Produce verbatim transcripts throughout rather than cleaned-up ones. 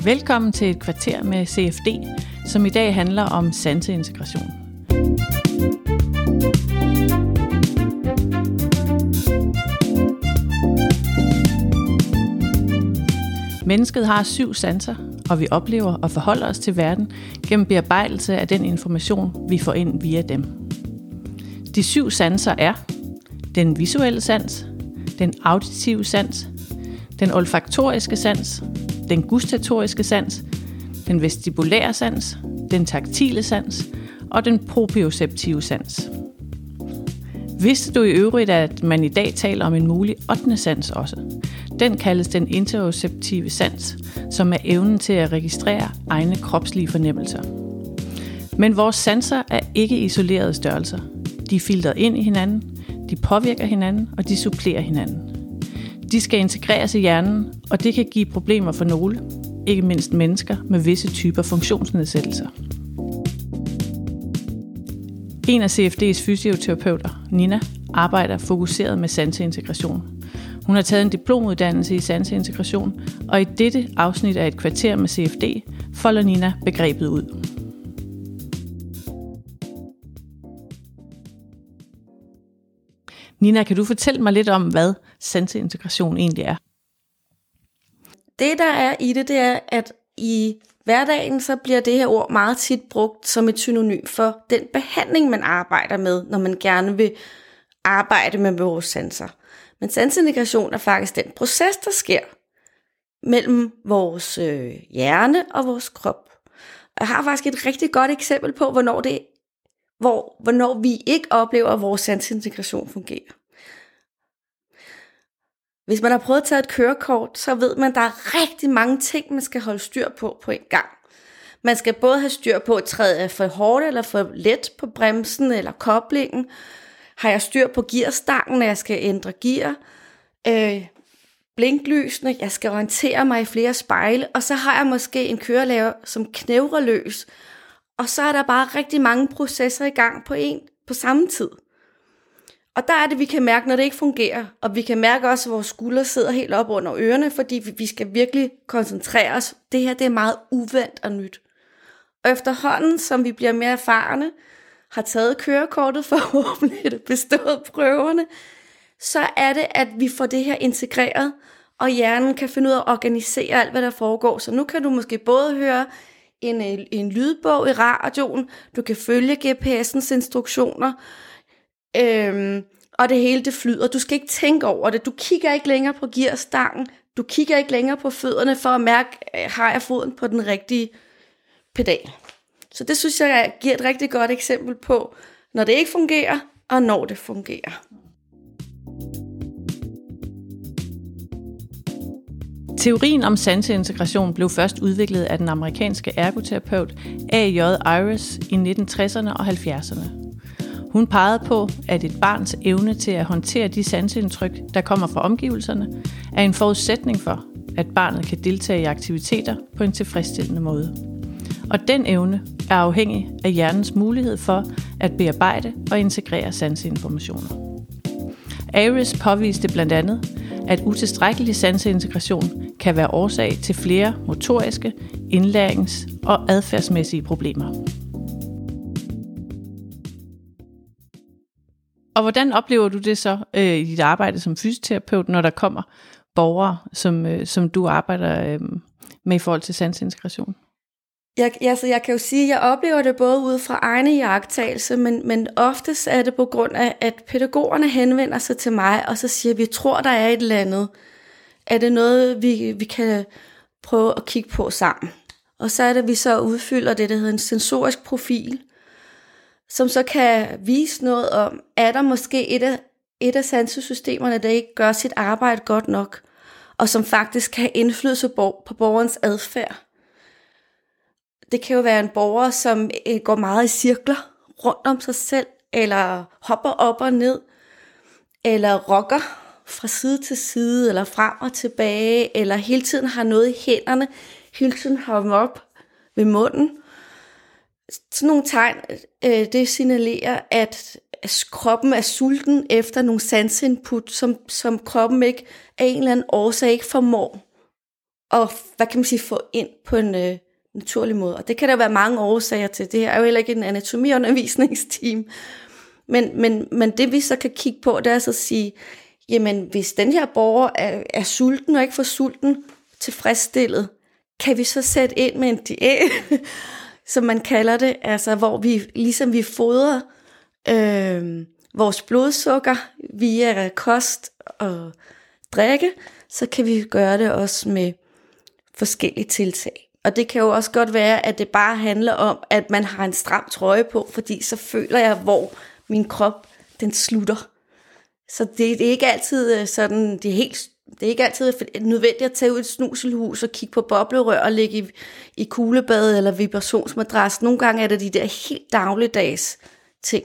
Velkommen til et kvarter med C F D, som i dag handler om sanseintegration. Mennesket har syv sanser, og vi oplever og forholder os til verden gennem bearbejdelse af den information, vi får ind via dem. De syv sanser er den visuelle sans, den auditive sans, den olfaktoriske sans, den gustatoriske sans, den vestibulære sans, den taktile sans og den proprioceptive sans. Vidste du i øvrigt, at man i dag taler om en mulig ottende sans også? Den kaldes den interoceptive sans, som er evnen til at registrere egne kropslige fornemmelser. Men vores sanser er ikke isolerede størrelser. De er filtret ind i hinanden, de påvirker hinanden, og de supplerer hinanden. De skal integreres i hjernen, og det kan give problemer for nogle, ikke mindst mennesker med visse typer funktionsnedsættelser. En af C F D's fysioterapeuter, Nina, arbejder fokuseret med sanseintegration. Hun har taget en diplomuddannelse i sanseintegration, og i dette afsnit af et kvarter med C F D folder Nina begrebet ud. Nina, kan du fortælle mig lidt om, hvad sanseintegration egentlig er? Det, der er i det, det er, at i hverdagen, så bliver det her ord meget tit brugt som et synonym for den behandling, man arbejder med, når man gerne vil arbejde med vores sanser. Men sanseintegration er faktisk den proces, der sker mellem vores øh, hjerne og vores krop. Jeg har faktisk et rigtig godt eksempel på, hvornår, det, hvor, hvornår vi ikke oplever, at vores sanseintegration fungerer. Hvis man har prøvet at tage et kørekort, så ved man, at der er rigtig mange ting, man skal holde styr på på en gang. Man skal både have styr på at træde for hårdt eller for let på bremsen eller koblingen. Har jeg styr på gearstangen, når jeg skal ændre gear? Øh, blinklysene, jeg skal orientere mig i flere spejle. Og så har jeg måske en kørelærer, som knævrer løs. Og så er der bare rigtig mange processer i gang på, en, på samme tid. Og der er det, vi kan mærke, når det ikke fungerer. Og vi kan mærke også, at vores skuldre sidder helt op under ørerne, fordi vi skal virkelig koncentrere os. Det her, det er meget uvendt og nyt. Og efterhånden, som vi bliver mere erfarne, har taget kørekortet forhåbentlig bestået prøverne, så er det, at vi får det her integreret, og hjernen kan finde ud af at organisere alt, hvad der foregår. Så nu kan du måske både høre en, en lydbog i radioen, du kan følge G P S'ens instruktioner, Øhm, og det hele det flyder. Du skal ikke tænke over det. Du kigger ikke længere på gearstangen. Du kigger ikke længere på fødderne for at mærke, har jeg foden på den rigtige pedal. Så det synes jeg giver et rigtig godt eksempel på, når det ikke fungerer, og når det fungerer. Teorien om sanseintegration blev først udviklet af den amerikanske ergoterapeut A J Iris i nitten tresserne og halvfjerdserne. Hun pegede på, at et barns evne til at håndtere de sanseindtryk, der kommer fra omgivelserne, er en forudsætning for, at barnet kan deltage i aktiviteter på en tilfredsstillende måde. Og den evne er afhængig af hjernens mulighed for at bearbejde og integrere sanseinformationer. Iris påviste blandt andet, at utilstrækkelig sanseintegration kan være årsag til flere motoriske, indlærings- og adfærdsmæssige problemer. Og hvordan oplever du det så øh, i dit arbejde som fysioterapeut, når der kommer borgere, som, øh, som du arbejder øh, med i forhold til sanseintegration? Jeg, altså jeg kan jo sige, at jeg oplever det både ud fra egne iagttagelser, men, men oftest er det på grund af, at pædagogerne henvender sig til mig, og så siger, at vi tror, der er et eller andet. Er det noget, vi, vi kan prøve at kigge på sammen? Og så er det, at vi så udfylder det, der hedder en sensorisk profil, som så kan vise noget om, er der måske et af, et af sansesystemerne, der ikke gør sit arbejde godt nok, og som faktisk kan have indflydelse på, på borgerens adfærd. Det kan jo være en borger, som går meget i cirkler rundt om sig selv, eller hopper op og ned, eller rokker fra side til side, eller frem og tilbage, eller hele tiden har noget i hænderne, hele tiden har dem op ved munden. Sådan nogle tegn, øh, det signalerer, at kroppen er sulten efter nogle sanseinput, som, som kroppen ikke af en eller anden årsag ikke formår og hvad kan man sige, få ind på en øh, naturlig måde. Og det kan der være mange årsager til. Det er jo heller ikke en anatomiundervisningsteam. Men, men, men det vi så kan kigge på, det er så at sige, jamen hvis den her borger er, er sulten og ikke får sulten tilfredsstillet, kan vi så sætte ind med en diæt, som man kalder det, altså hvor vi ligesom vi fodrer øh, vores blodsukker via kost og drikke, så kan vi gøre det også med forskellige tiltag. Og det kan jo også godt være, at det bare handler om, at man har en stram trøje på, fordi så føler jeg, hvor min krop den slutter. Så det, det er ikke altid sådan, det er helt, det er ikke altid nødvendigt at tage ud i et snuselhus og kigge på boblerør og ligge i, i kuglebad eller vibrationsmadras. Nogle gange er det de der helt dagligdags ting.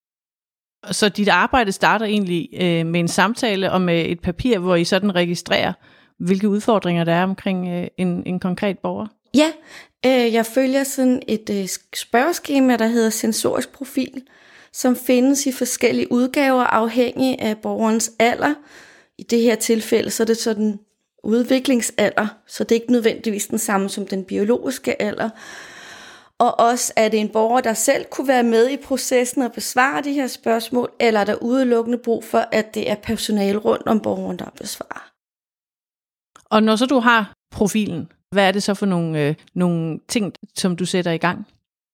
Så dit arbejde starter egentlig øh, med en samtale og med et papir, hvor I sådan registrerer, hvilke udfordringer der er omkring øh, en, en konkret borger? Ja, øh, jeg følger sådan et øh, spørgeskema, der hedder sensorisk profil, som findes i forskellige udgaver afhængig af borgerens alder. I det her tilfælde så er det sådan udviklingsalder, så det er ikke nødvendigvis den samme som den biologiske alder. Og også er det en borger, der selv kunne være med i processen og besvare de her spørgsmål, eller er der udelukkende brug for, at det er personale rundt om borgeren, der besvarer. Og når så du har profilen, hvad er det så for nogle, øh, nogle ting, som du sætter i gang?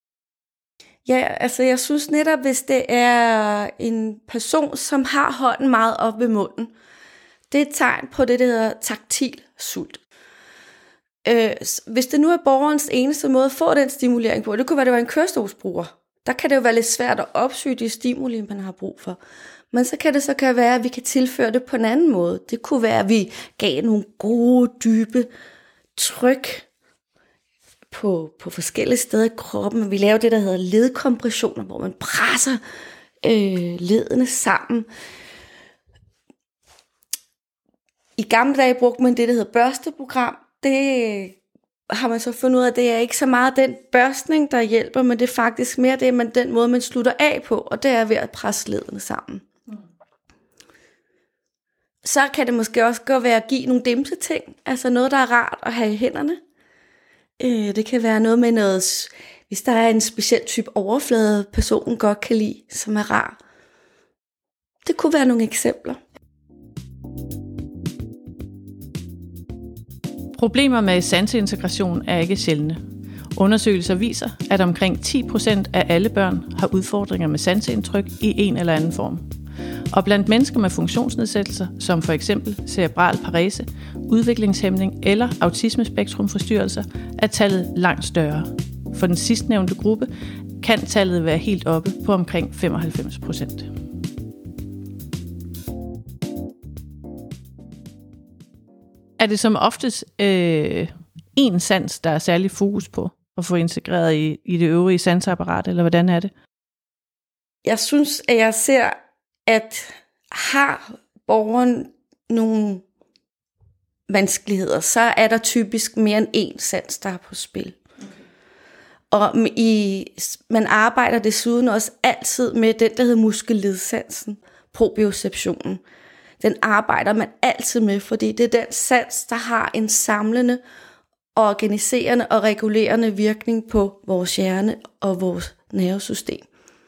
Ja, altså jeg synes netop, hvis det er en person, som har hånden meget op ved munden, det er et tegn på det, der hedder taktil sult. Øh, hvis det nu er borgerens eneste måde at få den stimulering på, det kunne være, det var en kørestolsbruger. Der kan det jo være lidt svært at opsøge de stimuli, man har brug for. Men så kan det så kan være, at vi kan tilføre det på en anden måde. Det kunne være, at vi gav nogle gode, dybe tryk på, på forskellige steder i kroppen. Vi laver det, der hedder ledkompressioner, hvor man presser øh, ledene sammen. I gamle dage brugte man det, der hedder børsteprogram. Det har man så fundet ud af, at det er ikke så meget den børstning, der hjælper, men det er faktisk mere det, man, den måde, man slutter af på, og det er ved at presse ledene sammen. Mm. Så kan det måske også godt være at give nogle dimse ting, altså noget, der er rart at have i hænderne. Øh, det kan være noget med noget, hvis der er en speciel type overflade, personen godt kan lide, som er rar. Det kunne være nogle eksempler. Problemer med sanseintegration er ikke sjældne. Undersøgelser viser, at omkring ti procent af alle børn har udfordringer med sanseindtryk i en eller anden form. Og blandt mennesker med funktionsnedsættelser, som for eksempel cerebral parese, udviklingshæmning eller autismespektrumforstyrrelser, er tallet langt større. For den sidstnævnte gruppe kan tallet være helt oppe på omkring femoghalvfems procent. Er det som oftest øh, en sans, der er særlig fokus på at få integreret i, i det øvrige sansapparat, eller hvordan er det? Jeg synes, at jeg ser, at har borgeren nogle vanskeligheder, så er der typisk mere end én sans, der er på spil. Okay. Og i, man arbejder desuden også altid med den, der hedder muskelledsansen, proprioceptionen. Den arbejder man altid med, fordi det er den sans, der har en samlende, organiserende og regulerende virkning på vores hjerne og vores nervesystem.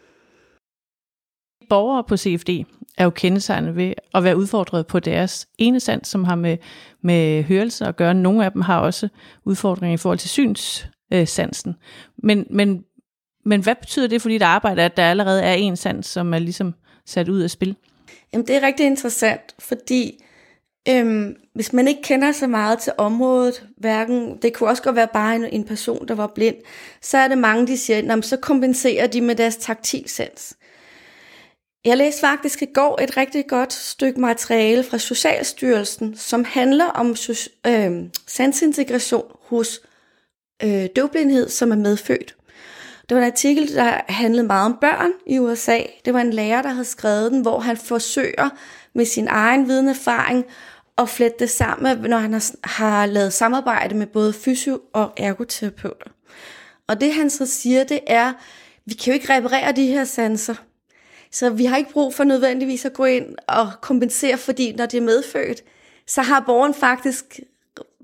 Borgere på C F D er jo kendetegnet ved at være udfordret på deres ene sans, som har med, med hørelse at gøre. Nogle af dem har også udfordringer i forhold til synssansen. Men, men, men hvad betyder det for dit arbejde, at der allerede er en sans, som er ligesom sat ud af spil? Jamen, det er rigtig interessant, fordi øhm, hvis man ikke kender så meget til området, hverken, det kunne også godt være bare en, en person, der var blind, så er det mange, de siger, at så kompenserer de med deres taktilsans. Jeg læste faktisk i går et rigtig godt stykke materiale fra Socialstyrelsen, som handler om øh, sansintegration hos øh, døvblindhed, som er medfødt. Det var en artikel, der handlede meget om børn i U S A. Det var en lærer, der havde skrevet den, hvor han forsøger med sin egen videnserfaring at flette det sammen, når han har, har lavet samarbejde med både fysio- og ergoterapeuter. Og det han så siger, det er, vi kan jo ikke reparere de her sanser. Så vi har ikke brug for nødvendigvis at gå ind og kompensere, fordi når det er medfødt, så har borgeren faktisk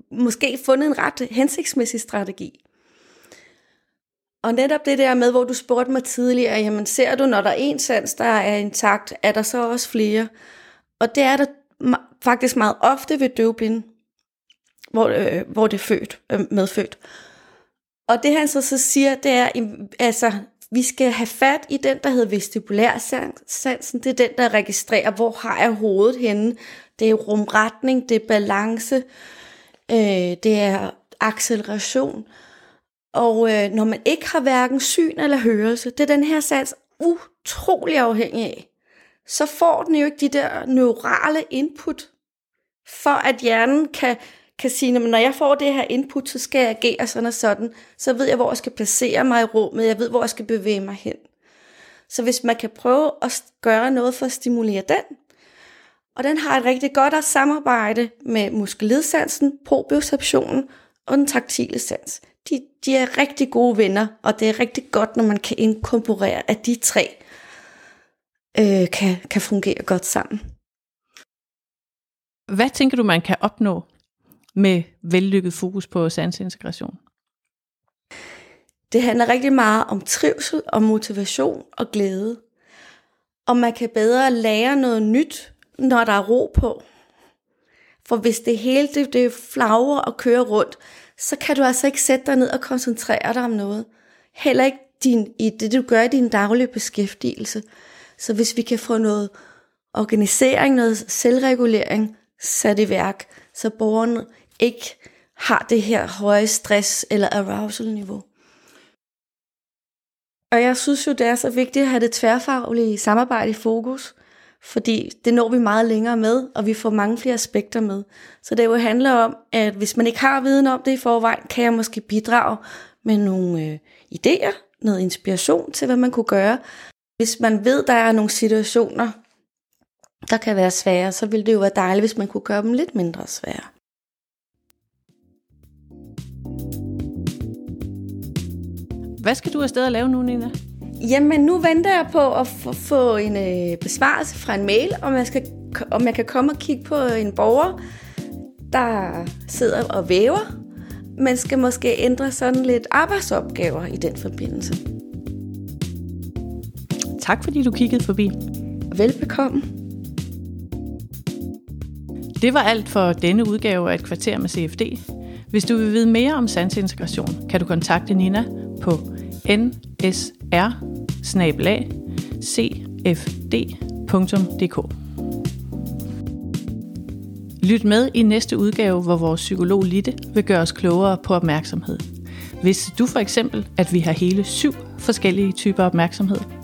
måske fundet en ret hensigtsmæssig strategi. Og netop det der med, hvor du spurgte mig tidligere, jamen ser du, når der er en sans, der er intakt, er der så også flere? Og det er der faktisk meget ofte ved døvblinde, hvor, øh, hvor det er født, øh, medfødt. Og det han så, så siger, det er, altså, vi skal have fat i den, der hedder vestibulærsansen. Det er den, der registrerer, hvor har jeg hovedet henne. Det er rumretning, det er balance, øh, det er acceleration. Og øh, når man ikke har hverken syn eller hørelse, det er den her sans utrolig afhængig af, så får den jo ikke de der neurale input, for at hjernen kan, kan sige, når jeg får det her input, så skal jeg agere sådan og sådan, så ved jeg, hvor jeg skal placere mig i rummet, jeg ved, hvor jeg skal bevæge mig hen. Så hvis man kan prøve at gøre noget for at stimulere den, og den har et rigtig godt samarbejde med muskelledsansen, proprioceptionen og den taktile sans. De, de er rigtig gode venner, og det er rigtig godt, når man kan inkorporere, at de tre øh, kan, kan fungere godt sammen. Hvad tænker du, man kan opnå med vellykket fokus på sansintegration? Det handler rigtig meget om trivsel, og motivation og glæde. Og man kan bedre lære noget nyt, når der er ro på. For hvis det hele det, det flagrer og kører rundt, så kan du altså ikke sætte dig ned og koncentrere dig om noget. Heller ikke din, i det, du gør i din daglige beskæftigelse. Så hvis vi kan få noget organisering, noget selvregulering sat i værk, så borgeren ikke har det her høje stress- eller arousal-niveau. Og jeg synes jo, det er så vigtigt at have det tværfaglige samarbejde i fokus, fordi det når vi meget længere med, og vi får mange flere aspekter med. Så det jo handler om, at hvis man ikke har viden om det i forvejen, kan jeg måske bidrage med nogle øh, idéer, noget inspiration til, hvad man kunne gøre. Hvis man ved, der er nogle situationer, der kan være svære, så ville det jo være dejligt, hvis man kunne gøre dem lidt mindre svære. Hvad skal du afsted og lave nu, Nina? Jamen, nu venter jeg på at få en øh, besvarelse fra en mail, om jeg, skal, om jeg kan komme og kigge på en borger, der sidder og væver, men skal måske ændre sådan lidt arbejdsopgaver i den forbindelse. Tak fordi du kiggede forbi. Velbekomme. Det var alt for denne udgave af Et Kvarter med C F D. Hvis du vil vide mere om sansintegration, kan du kontakte Nina på n s r bindestreg c f d punktum d k. Lyt med i næste udgave, hvor vores psykolog Litte vil gøre os klogere på opmærksomhed. Vidste du for eksempel, at vi har hele syv forskellige typer opmærksomhed?